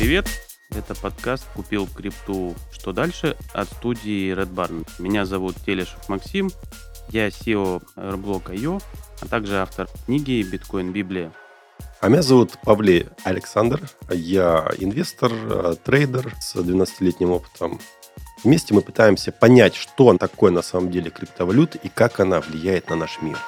привет! Это подкаст «Купил крипту. Что дальше?» от студии Red Barn. Меня зовут Телешев Максим, я SEO Airblock.io, а также автор книги «Биткоин Библия». А меня зовут Павлей Александр, я инвестор, трейдер с 12-летним опытом. Вместе мы пытаемся понять, что такое на самом деле криптовалюта и как она влияет на наш мир.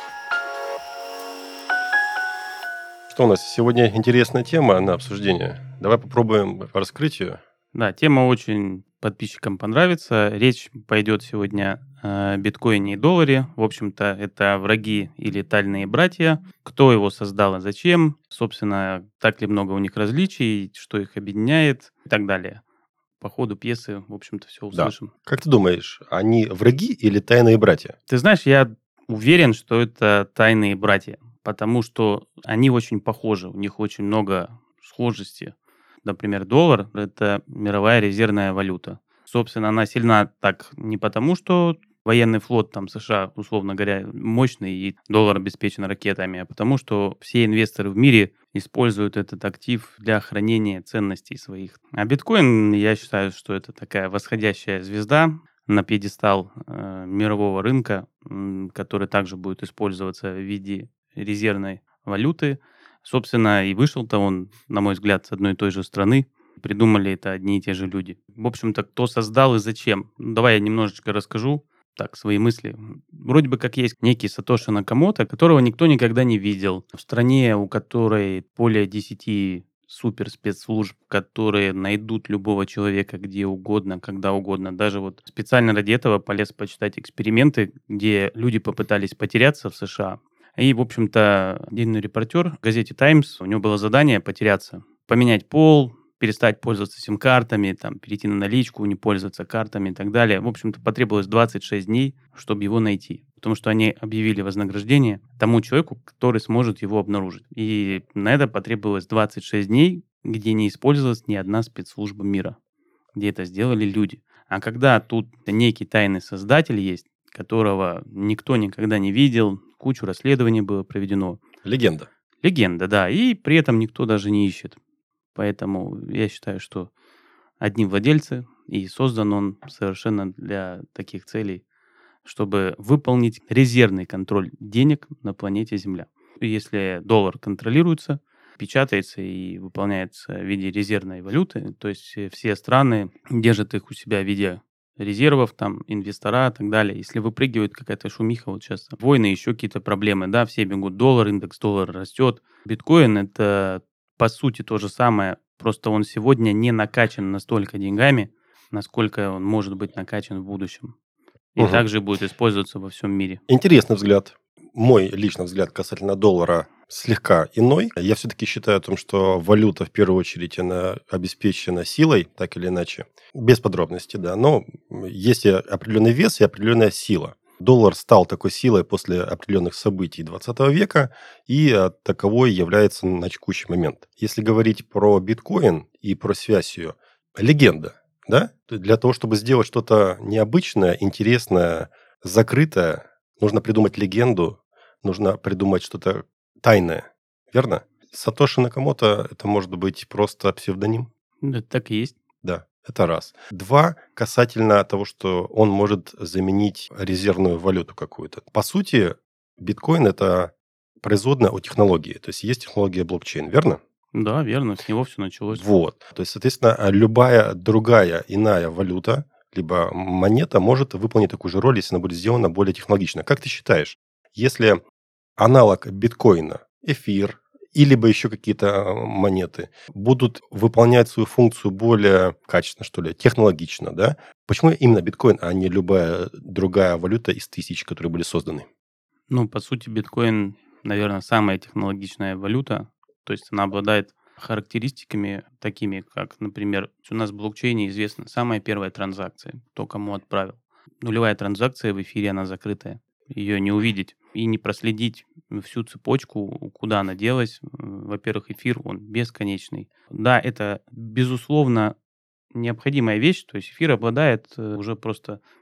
Что у нас сегодня интересная тема на обсуждение? Давай попробуем раскрыть ее. Да, тема очень подписчикам понравится. Речь пойдет сегодня о биткоине и долларе. В общем-то, это враги или тайные братья. Кто его создал и зачем? Собственно, так ли много у них различий, что их объединяет и так далее. По ходу пьесы, в общем-то, все услышим. Да. Как ты думаешь, они враги или тайные братья? Ты знаешь, я уверен, что это тайные братья, потому что они очень похожи, у них очень много схожести. Например, доллар– это мировая резервная валюта. Собственно, она сильна так не потому, что военный флот там США, условно говоря, мощный, и доллар обеспечен ракетами, а потому что все инвесторы в мире используют этот актив для хранения ценностей своих. А биткоин, я считаю, что это такая восходящая звезда на пьедестал мирового рынка, который также будет использоваться в виде резервной валюты. Собственно, и вышел-то он, на мой взгляд, с одной и той же страны. Придумали это одни и те же люди. В общем-то, кто создал и зачем? Давай я немножечко расскажу так свои мысли. Вроде бы как есть некий Сатоши Накамото, которого никто никогда не видел. В стране, у которой более 10 суперспецслужб, которые найдут любого человека где угодно, когда угодно. Даже вот специально ради этого полез почитать эксперименты, где люди попытались потеряться в США. И, в общем-то, один репортер в газете «Таймс», у него было задание потеряться, поменять пол, перестать пользоваться сим-картами, там, перейти на наличку, не пользоваться картами и так далее. В общем-то, потребовалось 26 дней, чтобы его найти. Потому что они объявили вознаграждение тому человеку, который сможет его обнаружить. И на это потребовалось 26 дней, где не использовалась ни одна спецслужба мира, где это сделали люди. А когда тут некий тайный создатель есть, которого никто никогда не видел, кучу расследований было проведено. Легенда. Легенда, да, и при этом никто даже не ищет. Поэтому я считаю, что одни владельцы, и создан он совершенно для таких целей, чтобы выполнить резервный контроль денег на планете Земля. Если доллар контролируется, печатается и выполняется в виде резервной валюты, то есть все страны держат их у себя в виде резервов, там, инвестора и так далее. Если выпрыгивает какая-то шумиха, вот сейчас войны, еще какие-то проблемы, да, все бегут доллар, индекс доллара растет. Биткоин– это, по сути, то же самое, просто он сегодня не накачан настолько деньгами, насколько он может быть накачан в будущем. И также будет использоваться во всем мире. Интересный взгляд. Мой личный взгляд касательно доллара слегка иной. Я все-таки считаю о том, что валюта, в первую очередь, она обеспечена силой, так или иначе. Без подробностей, да. Но есть и определенный вес и определенная сила. Доллар стал такой силой после определенных событий 20 века и таковой является на текущий момент. Если говорить про биткоин и про связь ее, легенда. Да? Для того, чтобы сделать что-то необычное, интересное, закрытое, нужно придумать легенду, нужно придумать что-то тайное. Верно? Сатоши Накамото – это может быть просто псевдоним? Это так и есть. Да, это раз. Два, касательно того, что он может заменить резервную валюту какую-то. По сути, биткоин – это производная от технологии. То есть есть технология блокчейн, верно? Да, верно, с него все началось. Вот. То есть, соответственно, любая другая иная валюта, либо монета может выполнить такую же роль, если она будет сделана более технологично. Как ты считаешь, если аналог биткоина, эфир, и либо еще какие-то монеты будут выполнять свою функцию более качественно, что ли, технологично, да? Почему именно биткоин, а не любая другая валюта из тысяч, которые были созданы? Ну, по сути, биткоин, наверное, самая технологичная валюта. То есть она обладает характеристиками такими, как, например, у нас в блокчейне известна самая первая транзакция, кто кому отправил. Нулевая транзакция в эфире, она закрытая. Ее не увидеть и не проследить всю цепочку, куда она делась. Во-первых, эфир, он бесконечный. Да, это, безусловно, необходимая вещь, то есть эфир обладает уже просто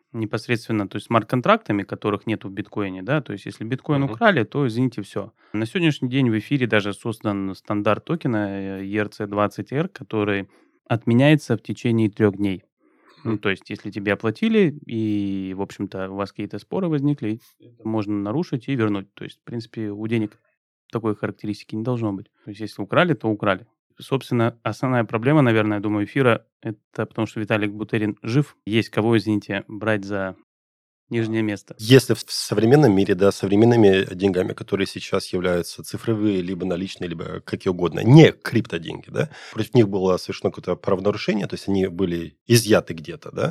непосредственно, то есть смарт-контрактами, которых нет в биткоине, да, то есть если биткоин Мгм. украли, то, извините, все. На сегодняшний день в эфире даже создан стандарт токена ERC-20R, который отменяется в течение 3 дней. Ну, Мгм. то есть, если тебе оплатили, и, в общем-то, у вас какие-то споры возникли, это можно нарушить и вернуть. То есть, в принципе, у денег такой характеристики не должно быть. То есть, если украли, то украли. Собственно, основная проблема, наверное, думаю, эфира, это потому что Виталик Бутерин жив. Есть кого, извините, брать за нижнее место. Если в современном мире, да, современными деньгами, которые сейчас являются цифровые, либо наличные, либо какие угодно, не криптоденьги, да, против них было совершено какое-то правонарушение, то есть они были изъяты где-то, да,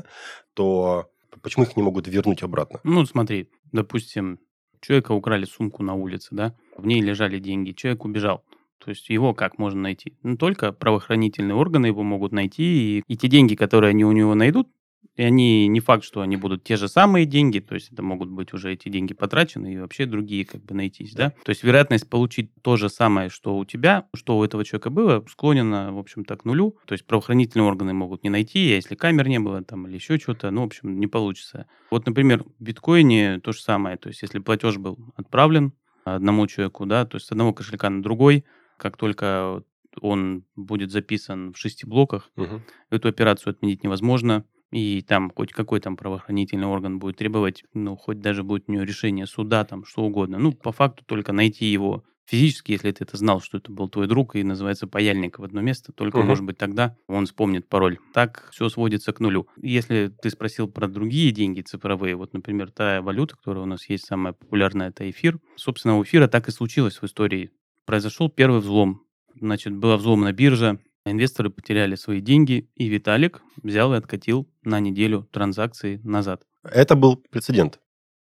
то почему их не могут вернуть обратно? Ну, смотри, допустим, у человека украли сумку на улице, да, в ней лежали деньги, человек убежал. То есть его как можно найти? Ну, только правоохранительные органы его могут найти, и те деньги, которые они у него найдут, и они не факт, что они будут те же самые деньги, то есть это могут быть уже эти деньги потрачены и вообще другие как бы найтись, Да. да. То есть вероятность получить то же самое, что у тебя, что у этого человека было, склонена, в общем-то, к нулю. То есть правоохранительные органы могут не найти, а если камер не было там или еще что-то, ну, в общем, не получится. Вот, например, в биткоине то же самое. То есть если платеж был отправлен одному человеку, да, то есть с одного кошелька на другой, как только он будет записан в 6 блоках, Мгм. эту операцию отменить невозможно. И там хоть какой там правоохранительный орган будет требовать, ну, хоть даже будет у него решение суда, там, что угодно. Ну, по факту только найти его физически, если ты это знал, что это был твой друг и называется паяльник в одно место, только, Мгм. может быть, тогда он вспомнит пароль. Так все сводится к нулю. Если ты спросил про другие деньги цифровые, вот, например, та валюта, которая у нас есть, самая популярная, это эфир. Собственно, у эфира так и случилось в истории. Произошел первый взлом. Значит, была взломана биржа, инвесторы потеряли свои деньги, и Виталик взял и откатил на неделю транзакции назад. Это был прецедент.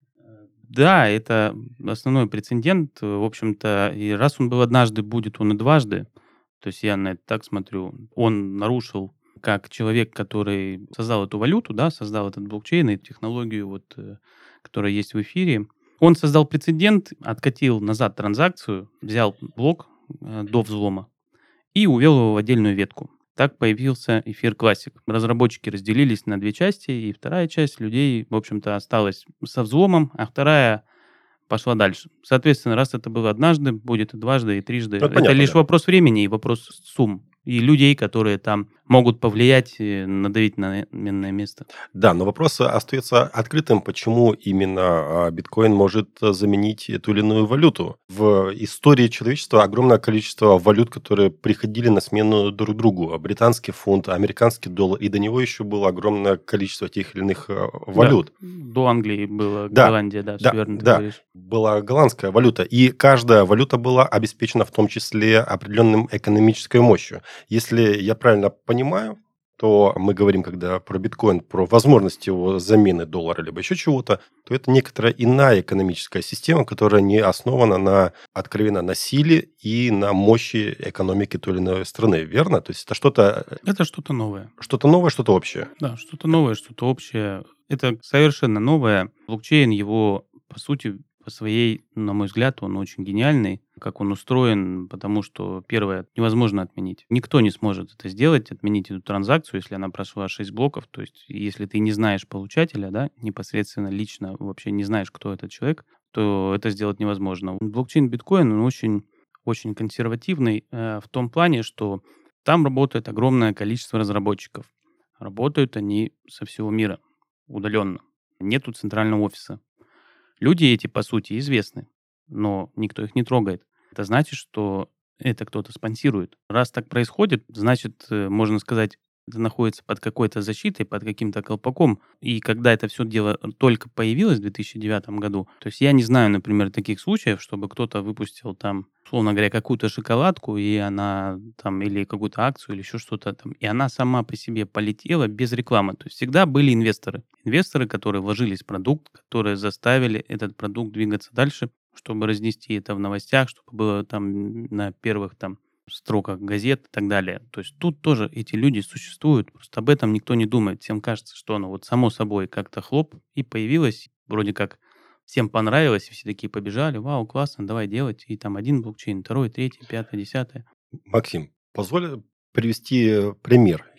Да, это основной прецедент. В общем-то, и раз он был однажды, будет он и дважды. То есть я на это так смотрю. Он нарушил как человек, который создал эту валюту, да, создал этот блокчейн и технологию, вот, которая есть в эфире. Он создал прецедент, откатил назад транзакцию, взял блок до взлома и увел его в отдельную ветку. Так появился эфир Classic. Разработчики разделились на 2 части, и вторая часть людей, в общем-то, осталась со взломом, а вторая пошла дальше. Соответственно, раз это было однажды, будет и дважды, и трижды. Ну, это Это понятно, лишь да. вопрос времени и вопрос сумм. И людей, которые там могут повлиять, надавить на именное место. Да, но вопрос остается открытым, почему именно биткоин может заменить ту или иную валюту. В истории человечества огромное количество валют, которые приходили на смену друг другу. Британский фунт, американский доллар, и до него еще было огромное количество тех или иных Да, валют. до Англии была Да, Голландия, да, все да, верно ты да, говоришь. была голландская валюта, и каждая валюта была обеспечена в том числе определенным экономической мощью. Если я правильно понимаю, то мы говорим, когда про биткоин, про возможность его замены доллара либо еще чего-то, то это некоторая иная экономическая система, которая не основана на откровенно на силе и на мощи экономики той или иной страны, верно? То есть это Это что-то новое. что-то новое, что-то общее. Да, что-то новое, что-то общее. Это совершенно новое. Блокчейн, его, по сути, по своей, на мой взгляд, он очень гениальный, как он устроен, потому что, первое, невозможно отменить. Никто не сможет это сделать, отменить эту транзакцию, если она прошла 6 блоков. То есть, если ты не знаешь получателя, да, непосредственно лично вообще не знаешь, кто этот человек, то это сделать невозможно. Блокчейн биткоин, он очень, очень консервативный в том плане, что там работает огромное количество разработчиков. Работают они со всего мира, удаленно. Нету центрального офиса. Люди эти, по сути, известны, но никто их не трогает. Это значит, что это кто-то спонсирует. Раз так происходит, значит, можно сказать, это находится под какой-то защитой, под каким-то колпаком. И когда это все дело только появилось в 2009 году, то есть я не знаю, например, таких случаев, чтобы кто-то выпустил там, условно говоря, какую-то шоколадку, и она там, или какую-то акцию, или еще что-то там, и она сама по себе полетела без рекламы. То есть всегда были инвесторы. Инвесторы, которые вложились в продукт, которые заставили этот продукт двигаться дальше, чтобы разнести это в новостях, чтобы было там на первых там строках газет и так далее. То есть тут тоже эти люди существуют, просто об этом никто не думает. Всем кажется, что оно вот само собой как-то хлоп и появилось, вроде как всем понравилось, и все такие побежали, вау, классно, давай делать. И там один блокчейн, второй, третий, пятый, десятый. Максим, позволь привести пример.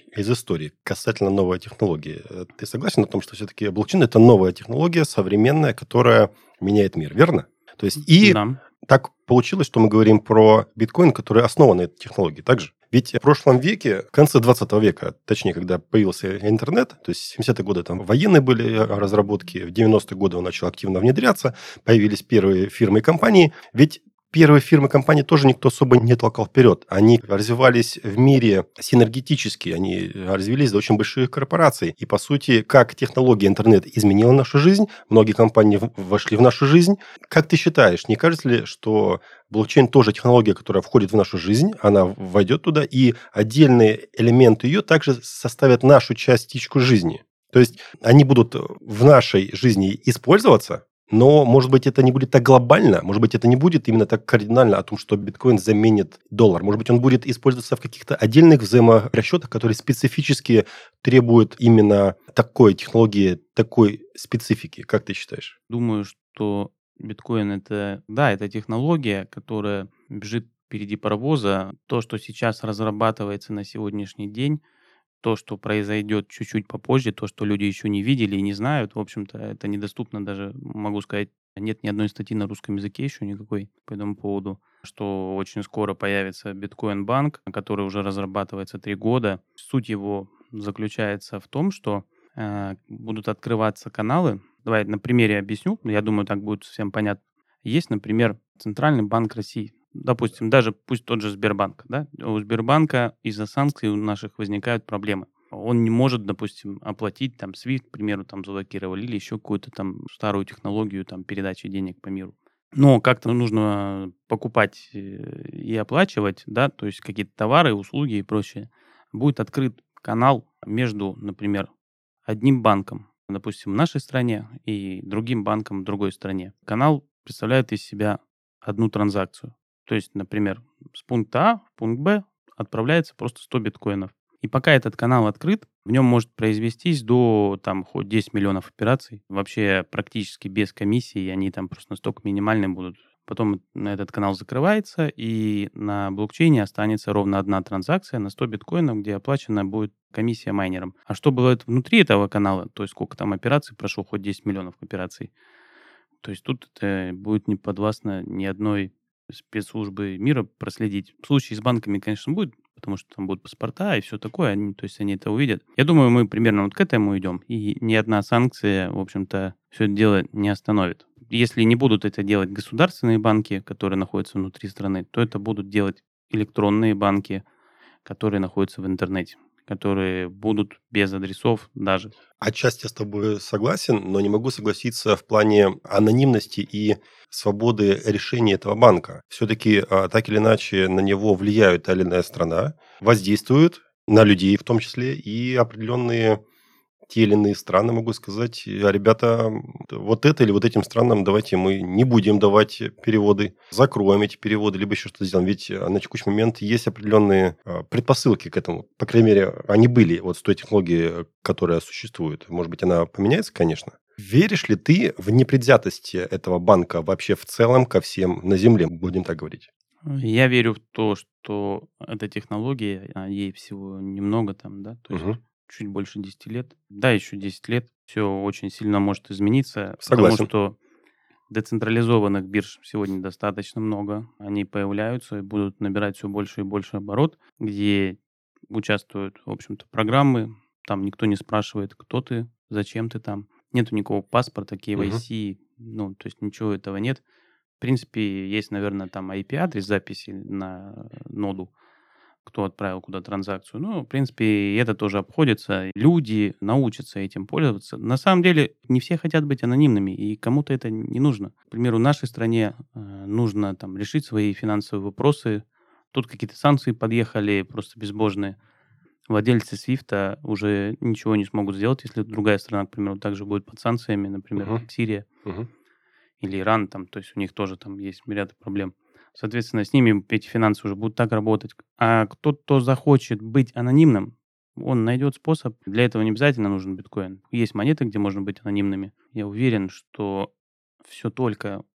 из истории касательно новой технологии. Ты согласен о том, что все-таки блокчейн – это новая технология, современная, которая меняет мир, верно? То есть и Да. так получилось, что мы говорим про биткоин, который основан на этой технологии также. Ведь в прошлом веке, в конце 20 века, точнее, когда появился интернет, то есть 70-е годы там военные были разработки, в 90-е годы он начал активно внедряться, появились первые фирмы и компании. Ведь первые фирмы и компании тоже никто особо не толкал вперед. Они развивались в мире синергетически, они развились до очень больших корпораций. И, по сути, как технология интернет изменила нашу жизнь, многие компании вошли в нашу жизнь. Как ты считаешь, не кажется ли, что блокчейн тоже технология, которая входит в нашу жизнь, она войдет туда, и отдельные элементы ее также составят нашу частичку жизни? То есть они будут в нашей жизни использоваться, но, может быть, это не будет так глобально, может быть, это не будет именно так кардинально о том, что биткоин заменит доллар. Может быть, он будет использоваться в каких-то отдельных взаиморасчетах, которые специфически требуют именно такой технологии, такой специфики. Как ты считаешь? Думаю, что биткоин это технология, которая бежит впереди паровоза. То, что сейчас разрабатывается на сегодняшний день, то, что произойдет чуть-чуть попозже, то, что люди еще не видели и не знают, в общем-то, это недоступно даже, могу сказать, нет ни одной статьи на русском языке еще никакой по этому поводу, что очень скоро появится биткоин-банк, который уже разрабатывается 3 года. Суть его заключается в том, что будут открываться каналы. Давай на примере объясню, я думаю, так будет всем понятно. Есть, например, Центральный банк России. Допустим, даже пусть тот же Сбербанк, да, у Сбербанка из-за санкций у наших возникают проблемы. Он не может, допустим, оплатить там SWIFT, к примеру, там заблокировали, или еще какую-то там старую технологию там передачи денег по миру. Но как-то нужно покупать и оплачивать, да, то есть какие-то товары, услуги и прочее. Будет открыт канал между, например, одним банком, допустим, в нашей стране и другим банком в другой стране. Канал представляет из себя одну транзакцию. То есть, например, с пункта А в пункт Б отправляется просто 100 биткоинов. И пока этот канал открыт, в нем может произвестись до там хоть 10 миллионов операций. Вообще практически без комиссии, они там просто настолько минимальные будут. Потом на этот канал закрывается, и на блокчейне останется ровно одна транзакция на 100 биткоинов, где оплачена будет комиссия майнерам. А что бывает внутри этого канала, то есть сколько там операций прошло, хоть 10 миллионов операций, то есть тут это будет не подвластно ни одной спецслужбы мира проследить. В случае с банками, конечно, будет, потому что там будут паспорта и все такое, то есть они это увидят. Я думаю, мы примерно вот к этому идем, и ни одна санкция, в общем-то, все это дело не остановит. Если не будут это делать государственные банки, которые находятся внутри страны, то это будут делать электронные банки, которые находятся в интернете, которые будут без адресов даже. Отчасти я с тобой согласен, но не могу согласиться в плане анонимности и свободы решения этого банка. Все-таки так или иначе на него влияет та или иная страна, воздействует на людей в том числе, и определенные те или иные страны могут сказать: ребята, вот это или вот этим странам давайте мы не будем давать переводы, закроем эти переводы, либо еще что-то сделаем. Ведь на текущий момент есть определенные предпосылки к этому. По крайней мере, они были вот с той технологией, которая существует. Может быть, она поменяется, конечно. Веришь ли ты в непредвзятость этого банка вообще в целом ко всем на Земле, будем так говорить? Я верю в то, что эта технология, ей всего немного там, да, то есть Мгм. чуть больше 10 лет. Да, еще 10 лет все очень сильно может измениться, потому Согласен. что децентрализованных бирж сегодня достаточно много. Они появляются и будут набирать все больше и больше оборот, где участвуют, в общем-то, программы. Там никто не спрашивает, кто ты, зачем ты там. Нету никакого паспорта, Мгм. KYC, ну, то есть ничего этого нет. В принципе, есть, наверное, там IP-адрес записи на ноду, кто отправил куда транзакцию. Ну, в принципе, и это тоже обходится. Люди научатся этим пользоваться. На самом деле, не все хотят быть анонимными, и кому-то это не нужно. К примеру, в нашей стране нужно там решить свои финансовые вопросы. Тут какие-то санкции подъехали просто безбожные. Владельцы Свифта уже ничего не смогут сделать, если другая страна, к примеру, также будет под санкциями, например, Мгм. как Сирия Мгм. или Иран, там, то есть у них тоже там есть ряд проблем. Соответственно, с ними эти финансы уже будут так работать. А кто захочет быть анонимным, он найдет способ. Для этого не обязательно нужен биткоин. Есть монеты, где можно быть анонимными. Я уверен, что все только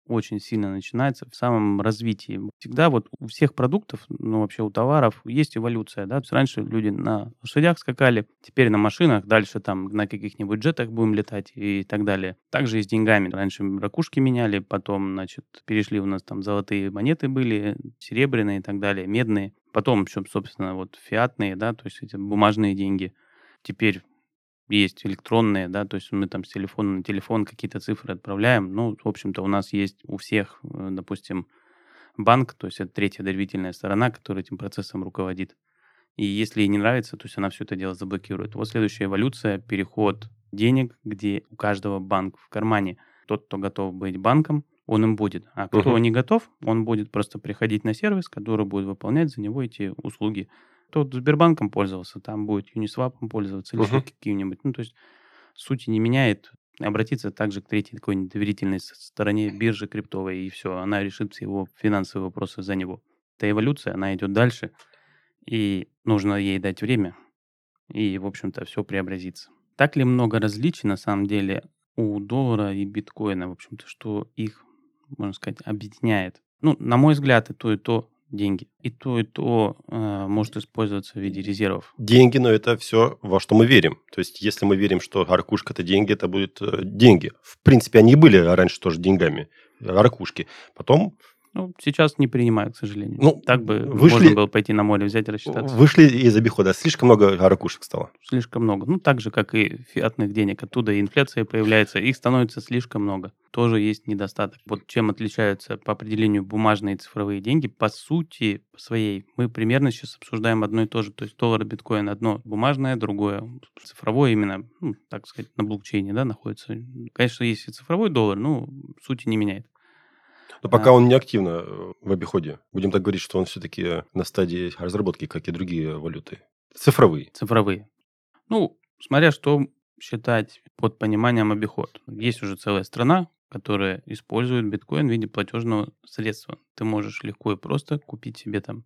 очень сильно начинается в самом развитии. Всегда вот у всех продуктов, ну вообще у товаров есть эволюция, да. То есть раньше люди на лошадях скакали, теперь на машинах, дальше там на каких-нибудь джетах будем летать и так далее. Также и с деньгами. Раньше ракушки меняли, потом, значит, перешли у нас там золотые монеты были, серебряные и так далее, медные. Потом еще, собственно, вот фиатные, да, то есть эти бумажные деньги. Теперь есть электронные, да, то есть мы там с телефона на телефон какие-то цифры отправляем. Ну, в общем-то, у нас есть у всех, допустим, банк, то есть это третья доверительная сторона, которая этим процессом руководит. И если ей не нравится, то есть она все это дело заблокирует. Вот следующая эволюция — переход денег, где у каждого банк в кармане. Тот, кто готов быть банком, он им будет. А кто не готов, он будет просто приходить на сервис, который будет выполнять за него эти услуги. Тот Сбербанком пользовался, там будет Uniswap пользоваться или еще каким-нибудь. Ну, то есть сути не меняет. Обратиться также к третьей какой-нибудь доверительной стороне биржи криптовой, и все, она решит все его финансовые вопросы за него. Эта эволюция, она идет дальше, и нужно ей дать время, и, в общем-то, все преобразится. Так ли много различий, на самом деле, у доллара и биткоина, в общем-то, что их, можно сказать, объединяет? Ну, на мой взгляд, и то деньги. И то может использоваться в виде резервов. Деньги, но это все, во что мы верим. То есть, если мы верим, что ракушка – это деньги, это будут деньги. В принципе, они были раньше тоже деньгами, ракушки. Потом... Ну, сейчас не принимают, к сожалению. Ну, так бы можно было пойти на море, взять и рассчитаться. Вышли из обихода. Слишком много ракушек стало. Слишком много. Ну, так же, как и фиатных денег. Оттуда и инфляция появляется. Их становится слишком много. Тоже есть недостаток. Вот чем отличаются по определению бумажные и цифровые деньги, по сути своей, мы примерно сейчас обсуждаем одно и то же. То есть доллар и биткоин одно бумажное, другое цифровое именно, ну, так сказать, на блокчейне, да, находится. Конечно, есть и цифровой доллар, но сути не меняет. Но пока он не активно в обиходе. Будем так говорить, что он все-таки на стадии разработки, как и другие валюты. Цифровые. Цифровые. Ну, смотря что считать под пониманием обиход. Есть уже целая страна, которая использует биткоин в виде платежного средства. Ты можешь легко и просто купить себе там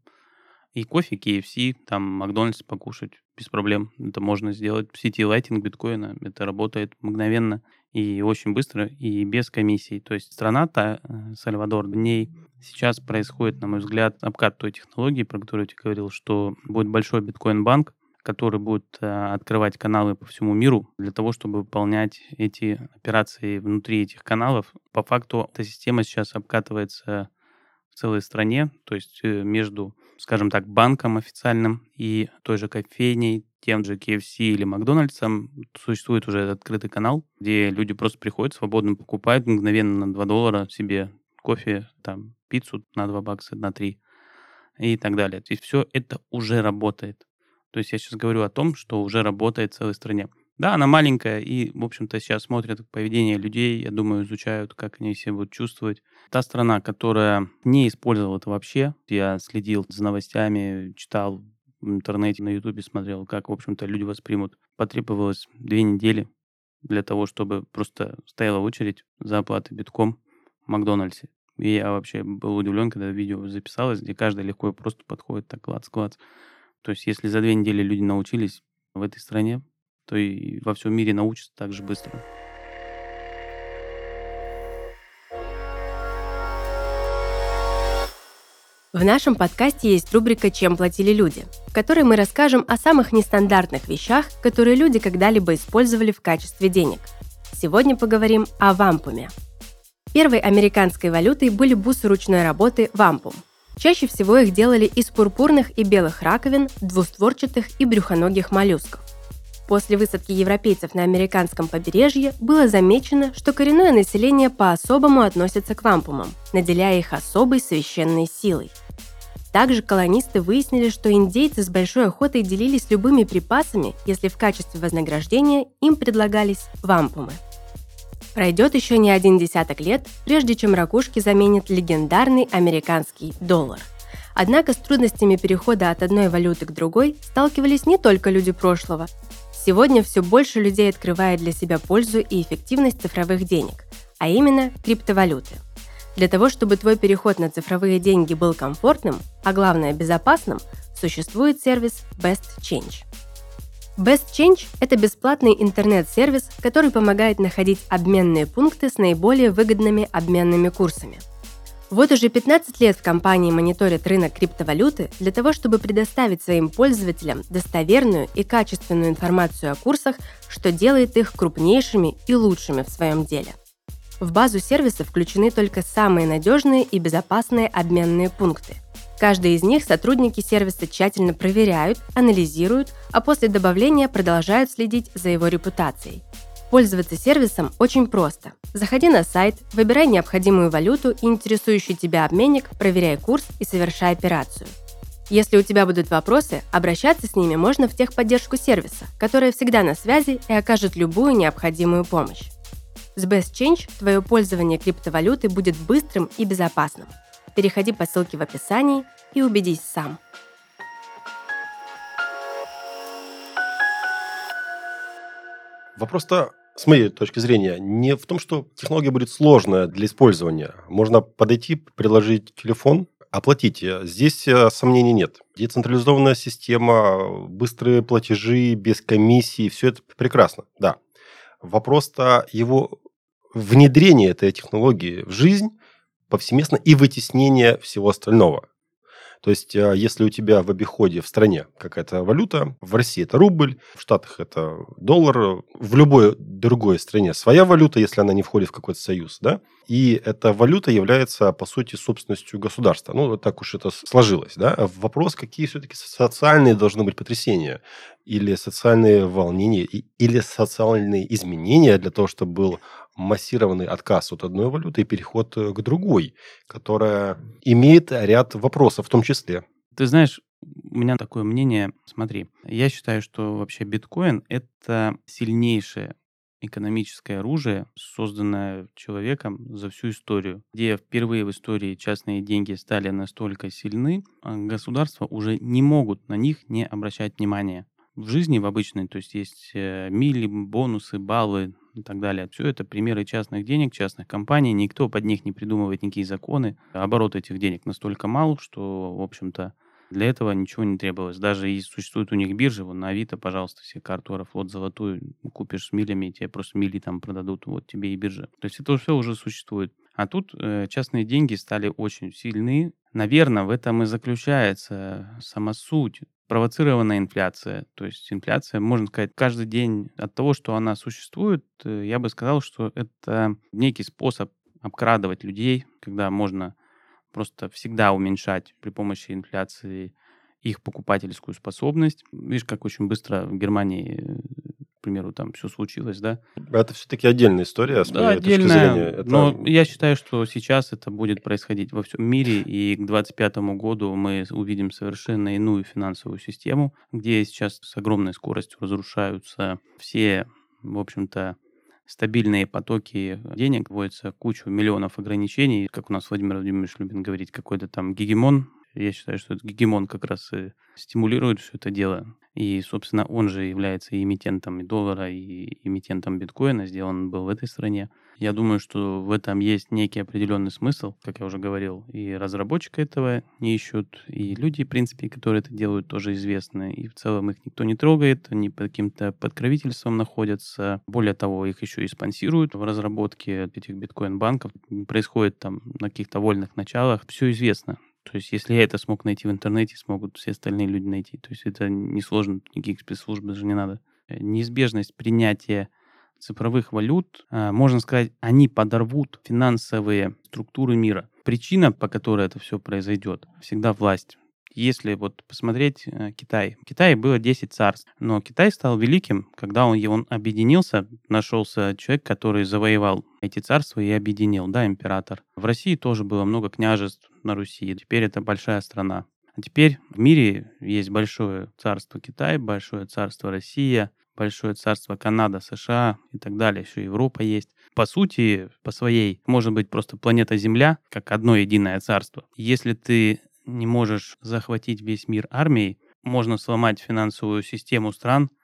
и кофе, KFC, там Макдональдс покушать без проблем. Это можно сделать в сети Lightning биткоина. Это работает мгновенно и очень быстро, и без комиссий. То есть страна-то, Сальвадор, в ней сейчас происходит, на мой взгляд, обкат той технологии, про которую я тебе говорил, что будет большой биткоин-банк, который будет открывать каналы по всему миру для того, чтобы выполнять эти операции внутри этих каналов. По факту эта система сейчас обкатывается в целой стране, то есть между, скажем так, банком официальным и той же кофейней, тем же KFC или Макдональдсом существует уже открытый канал, где люди просто приходят, свободно покупают мгновенно на $2 себе кофе, там, пиццу на $2, на 3 и так далее. То есть все это уже работает. То есть я сейчас говорю о том, что уже работает в целой стране. Да, она маленькая, и, в общем-то, сейчас смотрят поведение людей, я думаю, изучают, как они себя будут чувствовать. Та страна, которая не использовала это вообще, я следил за новостями, читал в интернете, на Ютубе смотрел, как, в общем-то, люди воспримут. Потребовалось 2 недели для того, чтобы просто стояла очередь за оплатой битком в Макдональдсе. И я вообще был удивлен, когда видео записалось, где каждый легко и просто подходит, так клац-клац. То есть если за 2 недели люди научились в этой стране, то и во всем мире научатся так же быстро. В нашем подкасте есть рубрика «Чем платили люди», в которой мы расскажем о самых нестандартных вещах, которые люди когда-либо использовали в качестве денег. Сегодня поговорим о вампуме. Первой американской валютой были бусы ручной работы вампум. Чаще всего их делали из пурпурных и белых раковин, двустворчатых и брюхоногих моллюсков. После высадки европейцев на американском побережье было замечено, что коренное население по-особому относится к вампумам, наделяя их особой священной силой. Также колонисты выяснили, что индейцы с большой охотой делились любыми припасами, если в качестве вознаграждения им предлагались вампумы. Пройдет еще не 1 десяток лет, прежде чем ракушки заменит легендарный американский доллар. Однако с трудностями перехода от одной валюты к другой сталкивались не только люди прошлого. Сегодня все больше людей открывает для себя пользу и эффективность цифровых денег, а именно криптовалюты. Для того, чтобы твой переход на цифровые деньги был комфортным, а главное безопасным, существует сервис Best Change. BestChange– это бесплатный интернет-сервис, который помогает находить обменные пункты с наиболее выгодными обменными курсами. Вот уже 15 лет в компании мониторят рынок криптовалюты для того, чтобы предоставить своим пользователям достоверную и качественную информацию о курсах, что делает их крупнейшими и лучшими в своем деле. В базу сервиса включены только самые надежные и безопасные обменные пункты. Каждый из них сотрудники сервиса тщательно проверяют, анализируют, а после добавления продолжают следить за его репутацией. Пользоваться сервисом очень просто. Заходи на сайт, выбирай необходимую валюту и интересующий тебя обменник, проверяй курс и совершай операцию. Если у тебя будут вопросы, обращаться с ними можно в техподдержку сервиса, которая всегда на связи и окажет любую необходимую помощь. С BestChange твое пользование криптовалютой будет быстрым и безопасным. Переходи по ссылке в описании и убедись сам. Вопрос-то, с моей точки зрения, не в том, что технология будет сложная для использования. Можно подойти, приложить телефон, оплатить. Здесь сомнений нет. Децентрализованная система, быстрые платежи, без комиссии, все это прекрасно, да. Вопрос-то его внедрения этой технологии в жизнь повсеместно и вытеснение всего остального. То есть, если у тебя в обиходе в стране какая-то валюта, в России это рубль, в Штатах это доллар, в любой другой стране своя валюта, если она не входит в какой-то союз, да, и эта валюта является, по сути, собственностью государства. Ну, вот так уж это сложилось, да. Вопрос, какие все-таки социальные должны быть потрясения или социальные волнения, или социальные изменения для того, чтобы был массированный отказ от одной валюты и переход к другой, которая имеет ряд вопросов в том числе. Ты знаешь, у меня такое мнение. Смотри, я считаю, что вообще биткоин– это сильнейшее экономическое оружие, созданное человеком за всю историю, где впервые в истории частные деньги стали настолько сильны, а государства уже не могут на них не обращать внимания. В жизни, в обычной, то есть мили, бонусы, баллы и так далее. Все это примеры частных денег, частных компаний. Никто под них не придумывает никакие законы. Оборот этих денег настолько мал, что, в общем-то, для этого ничего не требовалось. Даже и существует у них биржа, на Авито, пожалуйста, себе карту Аэрофлот золотую купишь с милями, и тебе просто мили там продадут, вот тебе и биржа. То есть это все уже существует. А тут частные деньги стали очень сильны. Наверное, в этом и заключается сама суть. Провоцированная инфляция. То есть инфляция, можно сказать, каждый день от того, что она существует, я бы сказал, что это некий способ обкрадывать людей, когда можно просто всегда уменьшать при помощи инфляции их покупательскую способность. Видишь, как очень быстро в Германии, к примеру, там все случилось, да? Это все-таки отдельная история, с Да, моей точки зрения. отдельно. Но я считаю, что сейчас это будет происходить во всем мире, и к 2025 году мы увидим совершенно иную финансовую систему, где сейчас с огромной скоростью разрушаются все, в общем-то, стабильные потоки денег, вводится кучу миллионов ограничений, как у нас Владимир Владимирович любит говорить, какой-то там гегемон. Я считаю, что этот гегемон как раз и стимулирует все это дело. И, собственно, он же является и эмитентом и доллара, и эмитентом биткоина. Сделан был в этой стране. Я думаю, что в этом есть некий определенный смысл, как я уже говорил. И разработчики этого не ищут, и люди, в принципе, которые это делают, тоже известны. И в целом их никто не трогает, они под каким-то подкровительством находятся. Более того, их еще и спонсируют в разработке этих биткоин-банков. Происходит там на каких-то вольных началах. Все известно. То есть, если я это смог найти в интернете, смогут все остальные люди найти. То есть, это несложно, никаких спецслужб даже не надо. Неизбежность принятия цифровых валют, можно сказать, они подорвут финансовые структуры мира. Причина, по которой это все произойдет, всегда власть. Если вот посмотреть Китай. В Китае было 10 царств, но Китай стал великим, когда он объединился, нашелся человек, который завоевал эти царства и объединил, да, император. В России тоже было много княжеств на Руси, теперь это большая страна. А теперь в мире есть большое царство Китай, большое царство Россия, большое царство Канада, США и так далее, еще Европа есть. По сути, по своей, может быть просто планета Земля, как одно единое царство. Если ты не можешь захватить весь мир армией, можно сломать финансовую систему стран,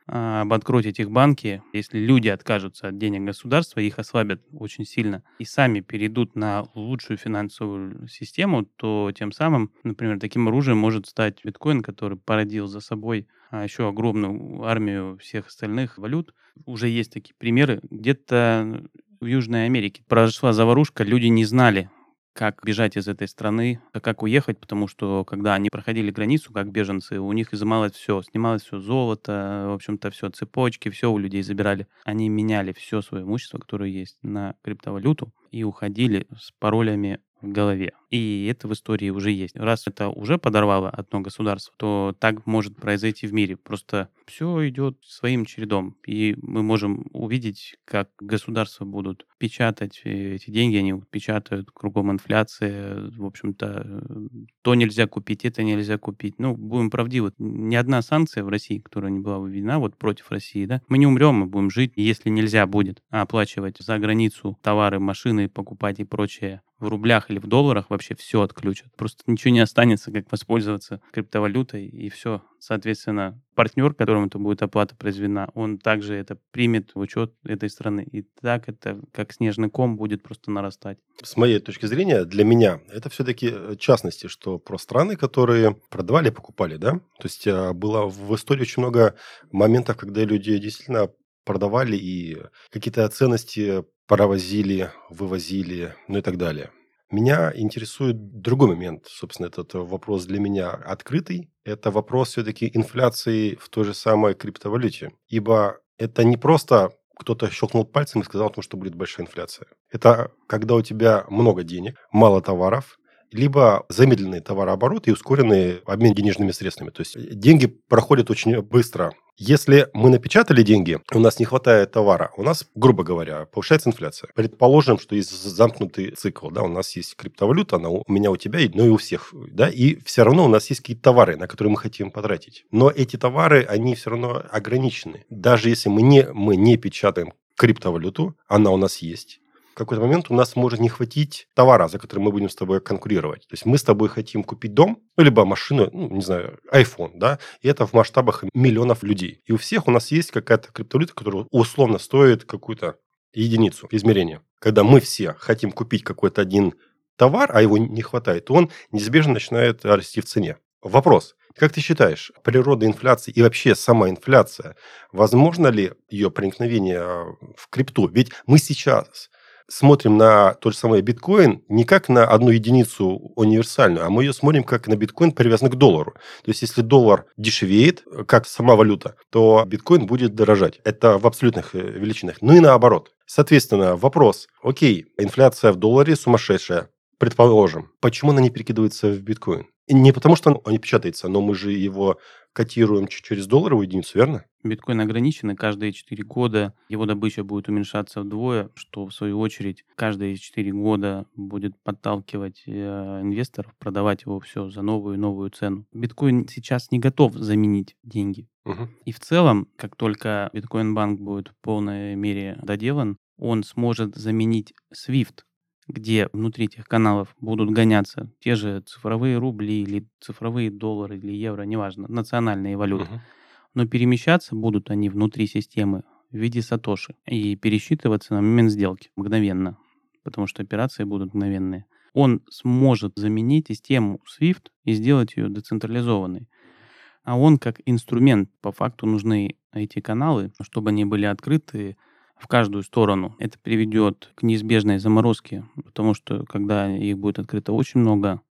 обанкротить их банки. Если люди откажутся от денег государства, их ослабят очень сильно и сами перейдут на лучшую финансовую систему, то тем самым, например, таким оружием может стать биткоин, который породил за собой еще огромную армию всех остальных валют. Уже есть такие примеры. Где-то в Южной Америке произошла заварушка, люди не знали, как бежать из этой страны, как уехать, потому что когда они проходили границу как беженцы, у них изымалось все, снималось все золото, в общем-то, все цепочки, все у людей забирали. Они меняли все свое имущество, которое есть, на криптовалюту и уходили с паролями в голове. И это в истории уже есть. Раз это уже подорвало одно государство, то так может произойти в мире. Просто все идет своим чередом. И мы можем увидеть, как государства будут печатать эти деньги, они печатают, кругом инфляция. В общем-то, то нельзя купить, это нельзя купить. Ну, будем правдивы. Ни одна санкция в России, которая не была введена вот против России, да, мы не умрем, мы будем жить. Если нельзя будет оплачивать за границу товары, машины, покупать и прочее в рублях или в долларах, вообще все отключат. Просто ничего не останется, как воспользоваться криптовалютой, и все. Соответственно, партнер, которому это будет оплата произведена, он также это примет в учет этой страны. И так это, как снежный ком, будет просто нарастать. С моей точки зрения, для меня это все-таки частности, что про страны, которые продавали, покупали, да? То есть было в истории очень много моментов, когда люди действительно продавали и какие-то ценности провозили, вывозили, ну и так далее. Меня интересует другой момент. Собственно, этот вопрос для меня открытый. Это вопрос все-таки инфляции в той же самой криптовалюте. Ибо это не просто кто-то щелкнул пальцем и сказал о том, что будет большая инфляция. Это когда у тебя много денег, мало товаров, либо замедленный товарооборот и ускоренный обмен денежными средствами. То есть деньги проходят очень быстро. Если мы напечатали деньги, у нас не хватает товара, у нас, грубо говоря, повышается инфляция. Предположим, что есть замкнутый цикл, да, у нас есть криптовалюта, она у меня, у тебя, ну и у всех, да, и все равно у нас есть какие-то товары, на которые мы хотим потратить. Но эти товары, они все равно ограничены. Даже если мы не печатаем криптовалюту, она у нас есть. В какой-то момент у нас может не хватить товара, за который мы будем с тобой конкурировать. То есть мы с тобой хотим купить дом, ну, либо машину, ну, не знаю, iPhone, да, и это в масштабах миллионов людей. И у всех у нас есть какая-то криптовалюта, которая условно стоит какую-то единицу измерения. Когда мы все хотим купить какой-то один товар, а его не хватает, то он неизбежно начинает расти в цене. Вопрос. Как ты считаешь, природа инфляции и вообще сама инфляция, возможно ли ее проникновение в крипту? Ведь мы сейчас смотрим на тот же самый биткоин не как на одну единицу универсальную, а мы ее смотрим как на биткоин, привязанный к доллару. То есть, если доллар дешевеет, как сама валюта, то биткоин будет дорожать. Это в абсолютных величинах. Ну и наоборот. Соответственно, вопрос. Окей, инфляция в долларе сумасшедшая. Предположим, почему она не перекидывается в биткоин? И не потому, что он не печатается, но мы же его котируем через долларовую единицу, верно? Биткоин ограничен, и каждые 4 года его добыча будет уменьшаться вдвое, что, в свою очередь, каждые 4 года будет подталкивать инвесторов продавать его все за новую и новую цену. Биткоин сейчас не готов заменить деньги. И в целом, как только биткоин-банк будет в полной мере доделан, он сможет заменить SWIFT, где внутри этих каналов будут гоняться те же цифровые рубли или цифровые доллары или евро, неважно, национальные валюты. Но перемещаться будут они внутри системы в виде сатоши и пересчитываться на момент сделки мгновенно, потому что операции будут мгновенные. Он сможет заменить систему SWIFT и сделать ее децентрализованной. А он как инструмент, по факту нужны эти каналы, чтобы они были открыты в каждую сторону. Это приведет к неизбежной заморозке, потому что когда их будет открыто очень много,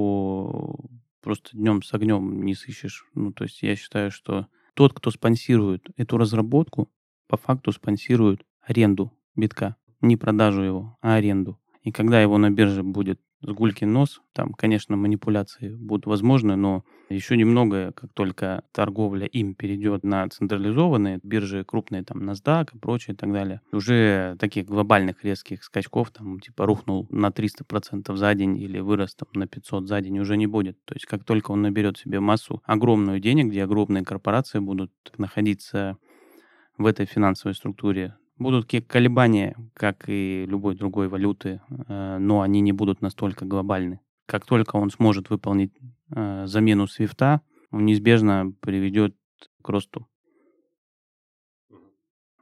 его просто днем с огнем не сыщешь. Ну, то есть я считаю, что тот, кто спонсирует эту разработку, по факту спонсирует аренду битка. Не продажу его, а аренду. И когда его на бирже будет с гулькин нос, там, конечно, манипуляции будут возможны, но еще немного, как только торговля им перейдет на централизованные биржи крупные, там, NASDAQ и прочее и так далее, уже таких глобальных резких скачков, там, типа, рухнул на 300% за день или вырос там, на 500% за день, уже не будет. То есть, как только он наберет себе массу огромную денег, где огромные корпорации будут находиться в этой финансовой структуре, будут какие-то колебания, как и любой другой валюты, но они не будут настолько глобальны. Как только он сможет выполнить замену свифта, он неизбежно приведет к росту.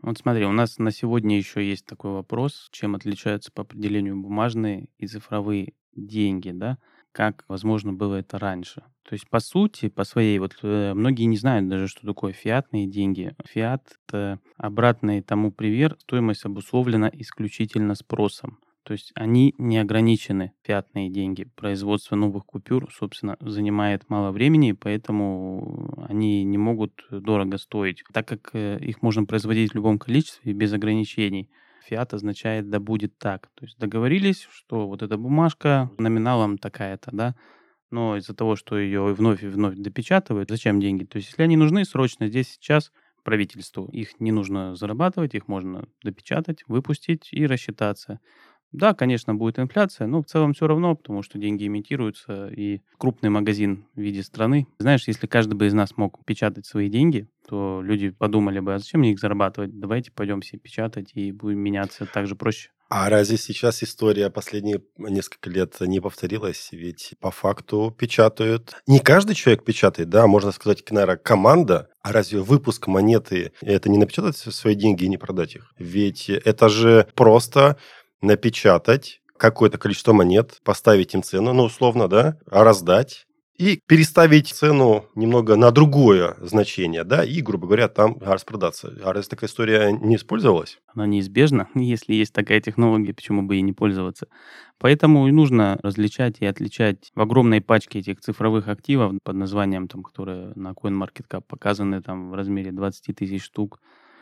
Вот смотри, у нас на сегодня еще есть такой вопрос, чем отличаются по определению бумажные и цифровые деньги, да? Как, возможно, было это раньше. То есть, по сути, по своей, многие не знают даже, что такое фиатные деньги. Фиат– это обратный тому пример, стоимость обусловлена исключительно спросом. То есть они не ограничены, фиатные деньги. Производство новых купюр, собственно, занимает мало времени, поэтому они не могут дорого стоить. Так как их можно производить в любом количестве без ограничений, фиат означает «да будет так». То есть договорились, что вот эта бумажка номиналом такая-то, да, но из-за того, что ее и вновь допечатывают, зачем деньги? То есть если они нужны срочно здесь, сейчас, правительству, их не нужно зарабатывать, их можно допечатать, выпустить и рассчитаться. Да, конечно, будет инфляция, но в целом все равно, потому что деньги имитируются, и крупный магазин в виде страны. Знаешь, если каждый бы из нас мог печатать свои деньги, то люди подумали бы, а зачем мне их зарабатывать? Давайте пойдем все печатать и будем меняться, так же проще. А разве сейчас история последние несколько лет не повторилась? Ведь по факту печатают... Не каждый человек печатает, да, можно сказать, наверное, команда. А разве выпуск монеты– это не напечатать свои деньги и не продать их? Ведь это же просто напечатать какое-то количество монет, поставить им цену, ну, условно, да, раздать и переставить цену немного на другое значение, да, и, грубо говоря, там распродаться. А разве такая история не использовалась? Она неизбежна, если есть такая технология, почему бы ей не пользоваться. Поэтому и нужно различать и отличать в огромной пачке этих цифровых активов под названием, там, которые на CoinMarketCap показаны там, в размере 20 тысяч штук.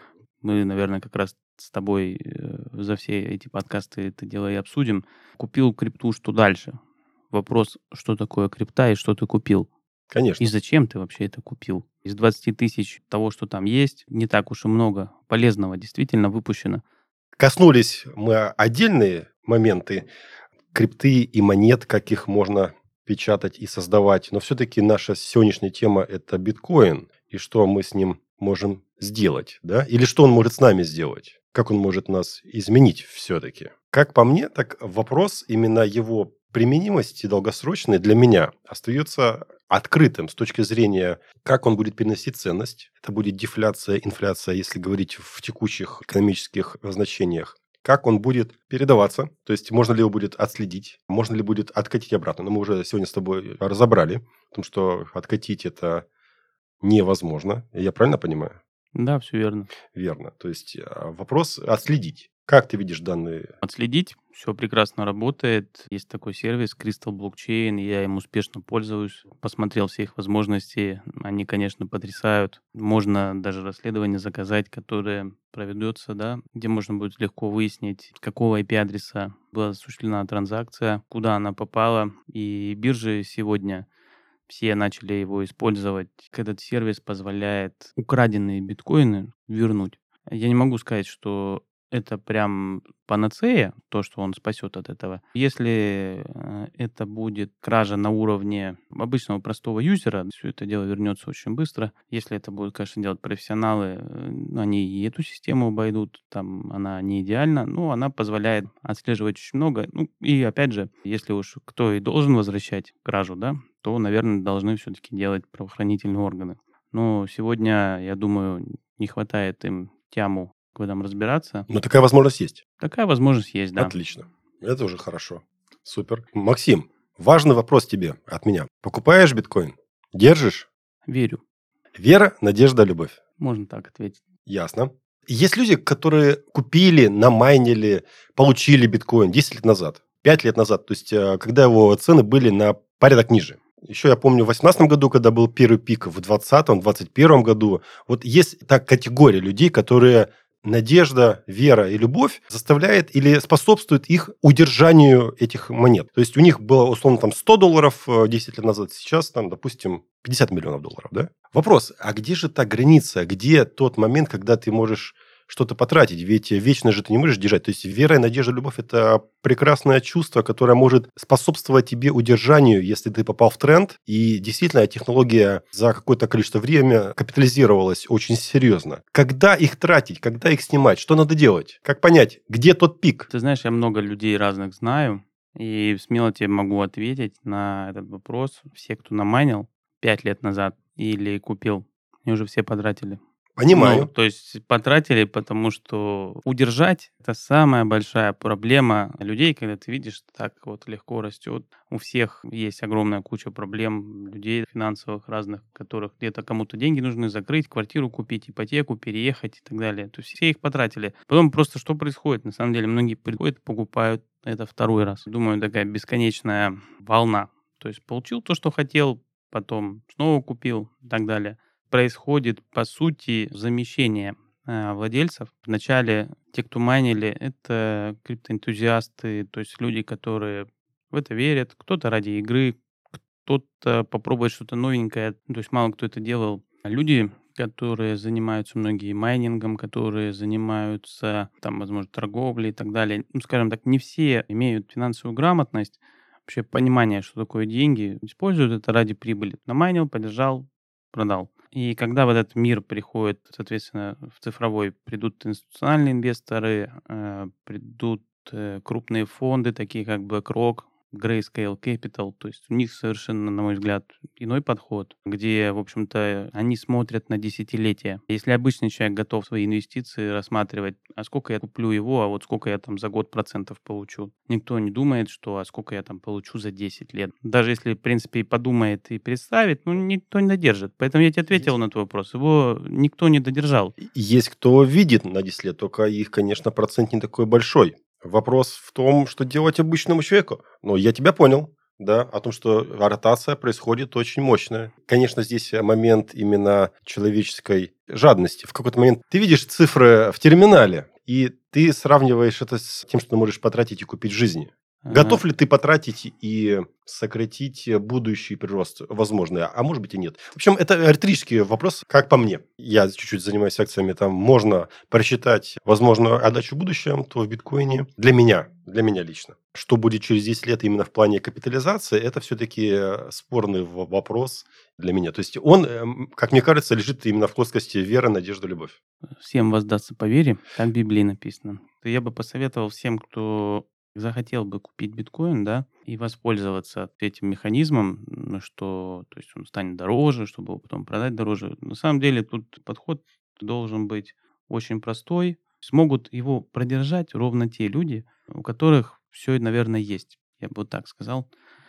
Мы, наверное, как раз с тобой за все эти подкасты это дело и обсудим. Купил крипту, что дальше? Вопрос, что такое крипта и что ты купил? И Конечно. зачем ты вообще это купил? Из 20 тысяч того, что там есть, не так уж и много полезного действительно выпущено. Коснулись мы отдельные моменты крипты и монет, как их можно печатать и создавать. Но все-таки наша сегодняшняя тема– это биткоин. И что мы с ним можем сделать, да? Или что он может с нами сделать? Как он может нас изменить все-таки? Как по мне, так вопрос именно его применимости долгосрочной для меня остается открытым с точки зрения, как он будет переносить ценность. Это будет дефляция, инфляция, если говорить в текущих экономических значениях. Как он будет передаваться, то есть можно ли его будет отследить, можно ли будет откатить обратно. Но мы уже сегодня с тобой разобрали, потому что откатить это невозможно. Я правильно понимаю? Да, все верно. Верно. То есть вопрос отследить. Как ты видишь данные? Отследить, все прекрасно работает. Есть такой сервис Crystal Blockchain, я им успешно пользуюсь. Посмотрел все их возможности, они, конечно, потрясают. Можно даже расследование заказать, которое проведется, да, где можно будет легко выяснить, с какого IP-адреса была осуществлена транзакция, куда она попала. И биржи сегодня все начали его использовать. Этот сервис позволяет украденные биткоины вернуть. Я не могу сказать, что это прям панацея, то, что он спасет от этого. Если это будет кража на уровне обычного простого юзера, все это дело вернется очень быстро. Если это будут, конечно, делать профессионалы, они и эту систему обойдут, там она не идеальна, но она позволяет отслеживать очень много. Ну и опять же, если уж кто и должен возвращать кражу, да, то, наверное, должны все-таки делать правоохранительные органы. Но сегодня, я думаю, не хватает им тяму в этом разбираться. Но такая возможность есть. Такая возможность есть, да. Отлично. Это уже хорошо. Супер. Максим, важный вопрос тебе от меня. Покупаешь биткоин? Держишь? Верю. Вера, надежда, любовь. Можно так ответить. Ясно. Есть люди, которые купили, намайнили, получили биткоин 10 лет назад, 5 лет назад. То есть, когда его цены были на порядок ниже. Еще я помню в 2018 году, когда был первый пик, в 2020, 2021 году. Вот есть так категория людей, которые надежда, вера и любовь заставляет или способствует их удержанию этих монет. То есть у них было, условно, там $100 10 лет назад, сейчас там, допустим, 50 миллионов долларов, да? Вопрос, а где же та граница, где тот момент, когда ты можешь что-то потратить? Ведь вечно же ты не можешь держать. То есть вера, надежда, любовь– это прекрасное чувство, которое может способствовать тебе удержанию, если ты попал в тренд. И действительно, технология за какое-то количество времени капитализировалась очень серьезно. Когда их тратить, когда их снимать, что надо делать? Как понять, где тот пик? Ты знаешь, я много людей разных знаю, и смело тебе могу ответить на этот вопрос. Все, кто намайнил 5 лет назад или купил, они уже все потратили. Понимаю. То есть потратили, потому что удержать — это самая большая проблема людей, когда ты видишь, так вот легко растет. У всех есть огромная куча проблем, людей финансовых разных, которых где-то кому-то деньги нужны закрыть, квартиру купить, ипотеку, переехать и так далее. То есть все их потратили. Потом просто что происходит? На самом деле многие приходят, покупают это второй раз. Думаю, такая бесконечная волна. То есть получил то, что хотел, потом снова купил и так далее. Происходит, по сути, замещение владельцев. Вначале те, кто майнили, это криптоэнтузиасты, то есть люди, которые в это верят. Кто-то ради игры, кто-то попробует что-то новенькое. То есть мало кто это делал. А люди, которые занимаются многие майнингом, которые занимаются, там, возможно, торговлей и так далее. Скажем так, не все имеют финансовую грамотность, вообще понимание, что такое деньги, используют это ради прибыли. Намайнил, подержал, продал. И когда в этот мир приходит, соответственно, в цифровой, придут институциональные инвесторы, придут крупные фонды, такие как BlackRock, Grayscale Capital, то есть у них совершенно, на мой взгляд, иной подход, где, в общем-то, они смотрят на десятилетия. Если обычный человек готов свои инвестиции рассматривать, а сколько я куплю его, а вот сколько я там за год процентов получу, никто не думает, что а сколько я там получу за 10 лет. Даже если, в принципе, и подумает, и представит, никто не додержит. Поэтому я тебе ответил на твой вопрос. Его никто не додержал. Есть кто видит на 10 лет, только их, конечно, процент не такой большой. Вопрос в том, что делать обычному человеку. Но я тебя понял, да, о том, что ротация происходит очень мощная. Конечно, здесь момент именно человеческой жадности. В какой-то момент ты видишь цифры в терминале, и ты сравниваешь это с тем, что ты можешь потратить и купить в жизни. Готов ли ты потратить и сократить будущий прирост возможный, а может быть и нет? В общем, это риторический вопрос, как по мне. Я чуть-чуть занимаюсь акциями, там можно просчитать возможную отдачу в будущем, то в биткоине. Для меня лично. Что будет через 10 лет именно в плане капитализации, это все-таки спорный вопрос для меня. То есть он, как мне кажется, лежит именно в плоскости вера, надежда, любовь. Всем воздастся по вере, так в Библии написано. Я бы посоветовал всем, кто захотел бы купить биткоин, да, и воспользоваться этим механизмом, что, то есть он станет дороже, чтобы его потом продать дороже. На самом деле тут подход должен быть очень простой. Смогут его продержать ровно те люди, у которых все, наверное, есть. Я бы вот так сказал.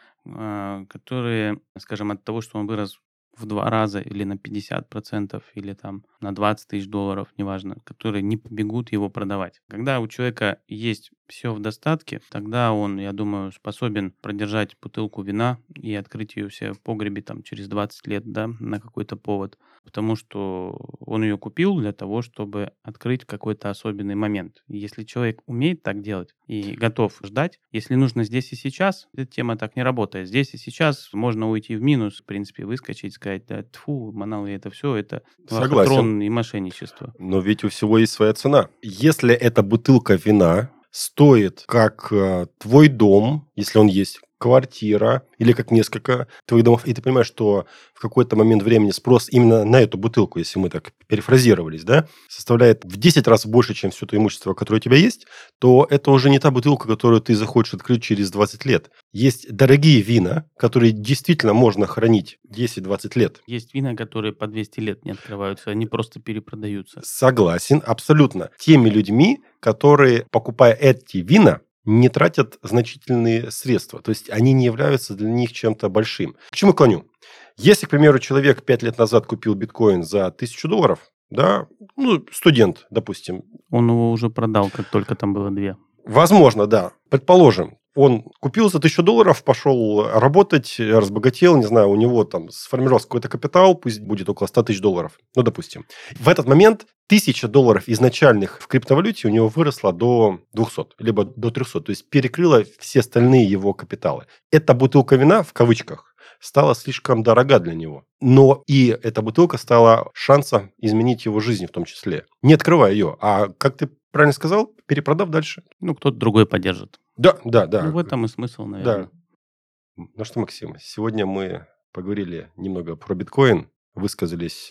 Которые, скажем, от того, что он вырос в 2 раза или на 50%, или там на 20 тысяч долларов, неважно, которые не побегут его продавать. Когда у человека есть все в достатке, тогда он, я думаю, способен продержать бутылку вина и открыть ее все в погребе там через 20 лет, да, на какой-то повод. Потому что он ее купил для того, чтобы открыть какой-то особенный момент. И если человек умеет так делать и готов ждать, если нужно здесь и сейчас, эта тема так не работает. Здесь и сейчас можно уйти в минус, в принципе, выскочить, сказать, да, тьфу, манал, это все, это лохотрон и мошенничество. Но ведь у всего есть своя цена. Если эта бутылка вина стоит как твой дом, если он есть, квартира или как несколько твоих домов, и ты понимаешь, что в какой-то момент времени спрос именно на эту бутылку, если мы так перефразировались, да, составляет в 10 раз больше, чем все то имущество, которое у тебя есть, то это уже не та бутылка, которую ты захочешь открыть через 20 лет. Есть дорогие вина, которые действительно можно хранить 10-20 лет. Есть вина, которые по 200 лет не открываются, они просто перепродаются. Согласен, абсолютно. Теми людьми, которые, покупая эти вина, не тратят значительные средства. То есть они не являются для них чем-то большим. К чему клоню? Если, к примеру, человек 5 лет назад купил биткоин за $1000, да, студент, допустим. Он его уже продал, как только там было 2. Возможно, да. Предположим, он купил за $1000, пошел работать, разбогател, не знаю, у него там сформировался какой-то капитал, пусть будет около $100 тысяч, допустим. В этот момент $1000 изначальных в криптовалюте у него выросло до 200, либо до 300, то есть перекрыло все остальные его капиталы. Эта бутылка вина, в кавычках, стала слишком дорога для него. Но и эта бутылка стала шансом изменить его жизнь в том числе. Не открывая ее, а, как ты правильно сказал, перепродав дальше. Кто-то другой поддержит. Да. В этом и смысл, наверное. Да. Ну что, Максим, сегодня мы поговорили немного про биткоин, высказались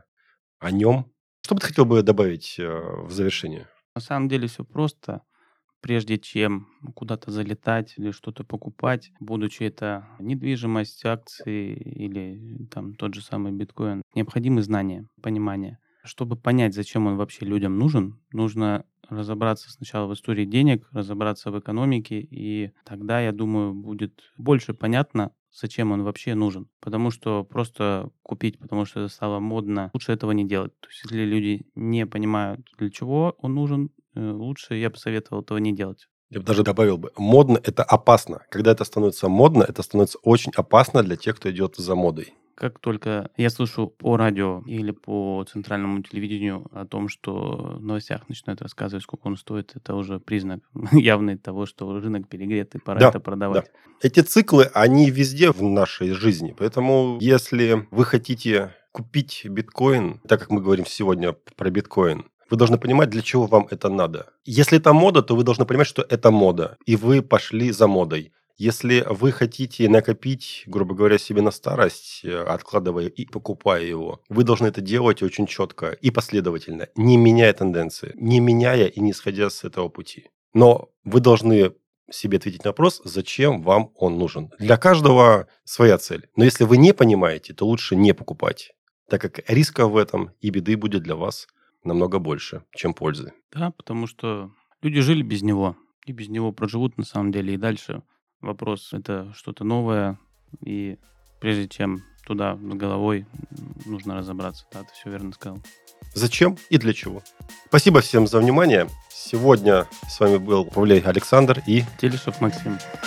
о нем. Что бы ты хотел бы добавить в завершение? На самом деле все просто. Прежде чем куда-то залетать или что-то покупать, будучи это недвижимость, акции или там тот же самый биткоин, необходимы знания, понимание, Чтобы понять, зачем он вообще людям нужен, нужно разобраться сначала в истории денег, разобраться в экономике, и тогда, я думаю, будет больше понятно, зачем он вообще нужен. Потому что просто купить, потому что это стало модно, лучше этого не делать. То есть если люди не понимают, для чего он нужен, лучше я бы советовал этого не делать. Я бы даже добавил бы, модно – это опасно. Когда это становится модно, это становится очень опасно для тех, кто идет за модой. Как только я слышу по радио или по центральному телевидению о том, что в новостях начинают рассказывать, сколько он стоит, это уже признак явный того, что рынок перегрет и пора это продавать. Да. Эти циклы, они везде в нашей жизни. Поэтому, если вы хотите купить биткоин, так как мы говорим сегодня про биткоин, вы должны понимать, для чего вам это надо. Если это мода, то вы должны понимать, что это мода, и вы пошли за модой. Если вы хотите накопить, грубо говоря, себе на старость, откладывая и покупая его, вы должны это делать очень четко и последовательно, не меняя тенденции, не меняя и не сходя с этого пути. Но вы должны себе ответить на вопрос, зачем вам он нужен. Для каждого своя цель. Но если вы не понимаете, то лучше не покупать, так как риска в этом и беды будет для вас намного больше, чем пользы. Да, потому что люди жили без него, и без него проживут на самом деле и дальше. Вопрос – это что-то новое, и прежде чем туда с головой нужно разобраться. Да, ты все верно сказал. Зачем и для чего? Спасибо всем за внимание. Сегодня с вами был Павлей Александр и Телешев Максим.